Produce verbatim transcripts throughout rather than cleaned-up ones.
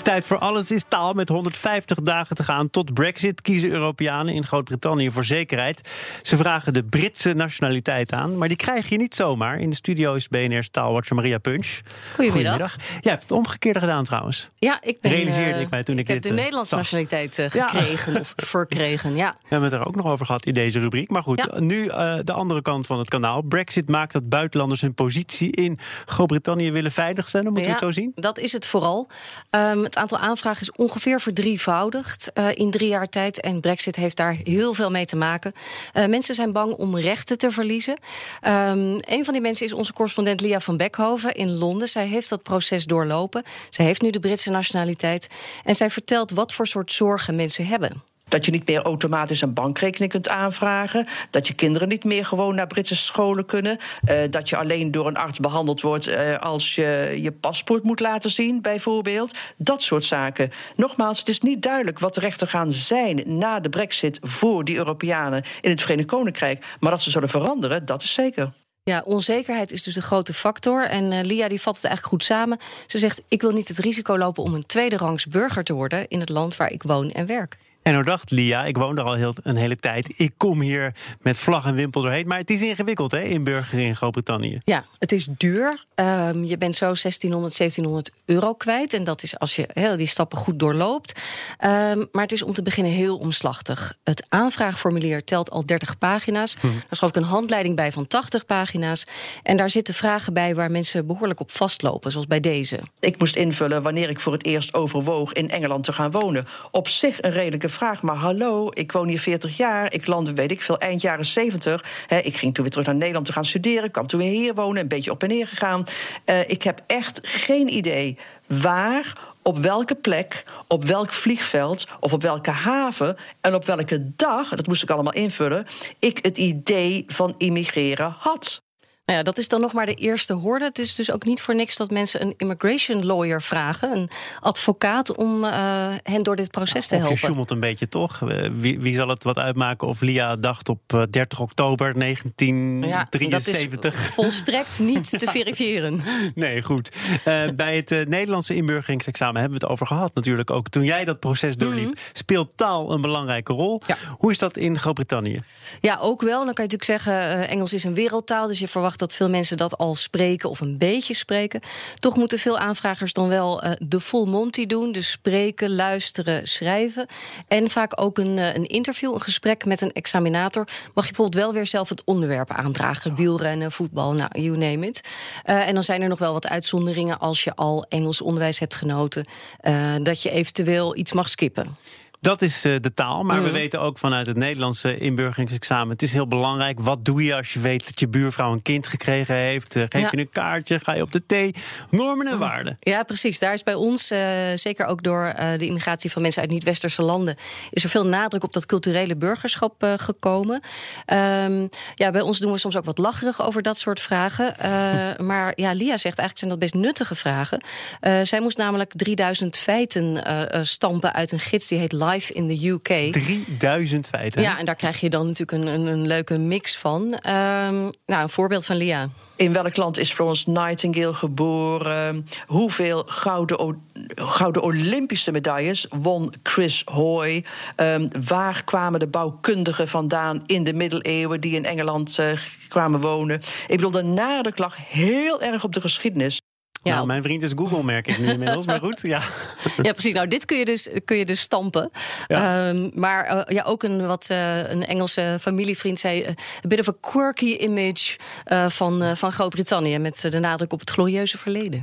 Tijd voor Alles is Taal. Met honderdvijftig dagen te gaan tot Brexit kiezen Europeanen in Groot-Brittannië voor zekerheid. Ze vragen de Britse nationaliteit aan, maar die krijg je niet zomaar. In de studio is B N R's taalwatcher Maria Punch. Goedemiddag. Goedemiddag. Jij hebt het omgekeerde gedaan trouwens. Ja, ik ben. Realiseerde ik mij toen ik, ik heb dit, de uh, Nederlandse zag. nationaliteit uh, gekregen ja. of verkregen. Ja. We hebben het er ook nog over gehad in deze rubriek. Maar goed, ja. nu uh, de andere kant van het kanaal. Brexit maakt dat buitenlanders hun positie in Groot-Brittannië willen veiligstellen. Moeten ja, we het zo zien? Dat is het vooral. Um, het aantal aanvragen is ongeveer verdrievoudigd uh, in drie jaar tijd. En Brexit heeft daar heel veel mee te maken. Uh, mensen zijn bang om rechten te verliezen. Um, een van die mensen is onze correspondent Lia van Beckhoven in Londen. Zij heeft dat proces doorlopen. Zij heeft nu de Britse nationaliteit. En zij vertelt wat voor soort zorgen mensen hebben. Dat je niet meer automatisch een bankrekening kunt aanvragen. Dat je kinderen niet meer gewoon naar Britse scholen kunnen. Uh, dat je alleen door een arts behandeld wordt uh, als je je paspoort moet laten zien, bijvoorbeeld. Dat soort zaken. Nogmaals, het is niet duidelijk wat de rechten gaan zijn na de Brexit voor die Europeanen in het Verenigd Koninkrijk. Maar dat ze zullen veranderen, dat is zeker. Ja, onzekerheid is dus een grote factor. En uh, Lia die vat het eigenlijk goed samen. Ze zegt, ik wil niet het risico lopen om een tweederangs burger te worden in het land waar ik woon en werk. En nou dacht Lia, ik woon er al heel, een hele tijd. Ik kom hier met vlag en wimpel doorheen. Maar het is ingewikkeld, hè, inburgeren in Groot-Brittannië. Ja, het is duur. Um, je bent zo zestienhonderd, zeventienhonderd euro kwijt. En dat is als je heel die stappen goed doorloopt. Um, maar het is om te beginnen heel omslachtig. Het aanvraagformulier telt al dertig pagina's. Hm. Daar is geloof ik een handleiding bij van tachtig pagina's. En daar zitten vragen bij waar mensen behoorlijk op vastlopen. Zoals bij deze. Ik moest invullen wanneer ik voor het eerst overwoog in Engeland te gaan wonen. Op zich een redelijke vraag, maar hallo, ik woon hier veertig jaar. Ik landde, weet ik veel, eind jaren zeventig. He, ik ging toen weer terug naar Nederland te gaan studeren. Kwam toen weer hier wonen, een beetje op en neer gegaan. Uh, ik heb echt geen idee waar, op welke plek, op welk vliegveld of op welke haven en op welke dag, dat moest ik allemaal invullen, ik het idee van immigreren had. Nou ja, dat is dan nog maar de eerste horde. Het is dus ook niet voor niks dat mensen een immigration lawyer vragen. Een advocaat om uh, hen door dit proces ja, te helpen. Of je sjoemelt een beetje, toch? Wie, wie zal het wat uitmaken of Lia dacht op dertig oktober negentien drieënzeventig? Ja, dat is volstrekt niet te verifiëren. Nee, goed. Uh, bij het uh, Nederlandse inburgeringsexamen hebben we het over gehad natuurlijk ook. Toen jij dat proces doorliep, mm-hmm. speelt taal een belangrijke rol. Ja. Hoe is dat in Groot-Brittannië? Ja, ook wel. Dan kan je natuurlijk zeggen, uh, Engels is een wereldtaal, dus je verwacht dat veel mensen dat al spreken of een beetje spreken. Toch moeten veel aanvragers dan wel uh, de full monty doen. Dus spreken, luisteren, schrijven. En vaak ook een, uh, een interview, een gesprek met een examinator. Mag je bijvoorbeeld wel weer zelf het onderwerp aandragen. Zo. Wielrennen, voetbal, nou, you name it. Uh, en dan zijn er nog wel wat uitzonderingen als je al Engels onderwijs hebt genoten. Uh, dat je eventueel iets mag skippen. Dat is uh, de taal, maar mm. we Mhm. weten ook vanuit het Nederlandse inburgeringsexamen, het is heel belangrijk. Wat doe je als je weet dat je buurvrouw een kind gekregen heeft? Uh, geef ja. je een kaartje, ga je op de thee? Normen en waarden. Ja, precies. Daar is bij ons, uh, zeker ook door uh, de immigratie van mensen uit niet-westerse landen, is er veel nadruk op dat culturele burgerschap uh, gekomen. Um, ja, bij ons doen we soms ook wat lacherig over dat soort vragen. Uh, maar ja, Lia zegt eigenlijk zijn dat best nuttige vragen. Uh, zij moest namelijk drieduizend feiten uh, stampen uit een gids die heet Live in the U K. drieduizend feiten. Ja, en daar krijg je dan natuurlijk een, een, een leuke mix van. Um, nou, een voorbeeld van Lia. In welk land is Florence Nightingale geboren? Hoeveel gouden, gouden Olympische medailles won Chris Hoy? Um, waar kwamen de bouwkundigen vandaan in de middeleeuwen die in Engeland uh, kwamen wonen? Ik bedoel, de nadruk lag heel erg op de geschiedenis. Ja. Nou, mijn vriend is Google, merk ik nu inmiddels, maar goed, ja. Ja, precies. Nou, dit kun je dus, kun je dus stampen. Ja. Um, maar uh, ja, ook een, wat uh, een Engelse familievriend zei, uh, a bit of a quirky image uh, van, uh, van Groot-Brittannië, met uh, de nadruk op het glorieuze verleden.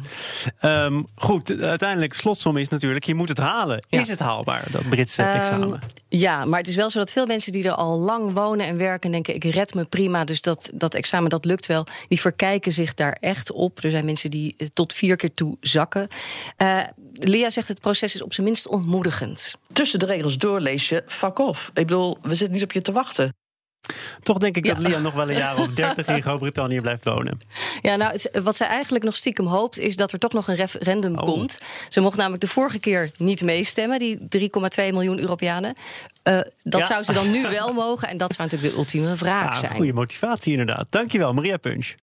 Um, goed, uiteindelijk, slotsom is natuurlijk, je moet het halen. Ja. Is het haalbaar, dat Britse um, examen? Ja, maar het is wel zo dat veel mensen die er al lang wonen en werken denken, ik red me prima, dus dat, dat examen, dat lukt wel. Die verkijken zich daar echt op. Er zijn mensen die uh, tot vier keer toe zakken. Uh, Lia zegt het proces is op zijn minst ontmoedigend. Tussen de regels door lees je fuck off. Ik bedoel, we zitten niet op je te wachten. Toch denk ik ja. dat Lia nog wel een jaar of dertig in Groot-Brittannië blijft wonen. Ja, nou, wat zij eigenlijk nog stiekem hoopt, is dat er toch nog een referendum oh. komt. Ze mocht namelijk de vorige keer niet meestemmen, die drie komma twee miljoen Europeanen. Uh, dat ja. zou ze dan nu wel mogen. En dat zou natuurlijk de ultieme wraak ja, zijn. Goede motivatie inderdaad. Dankjewel, Maria Punch.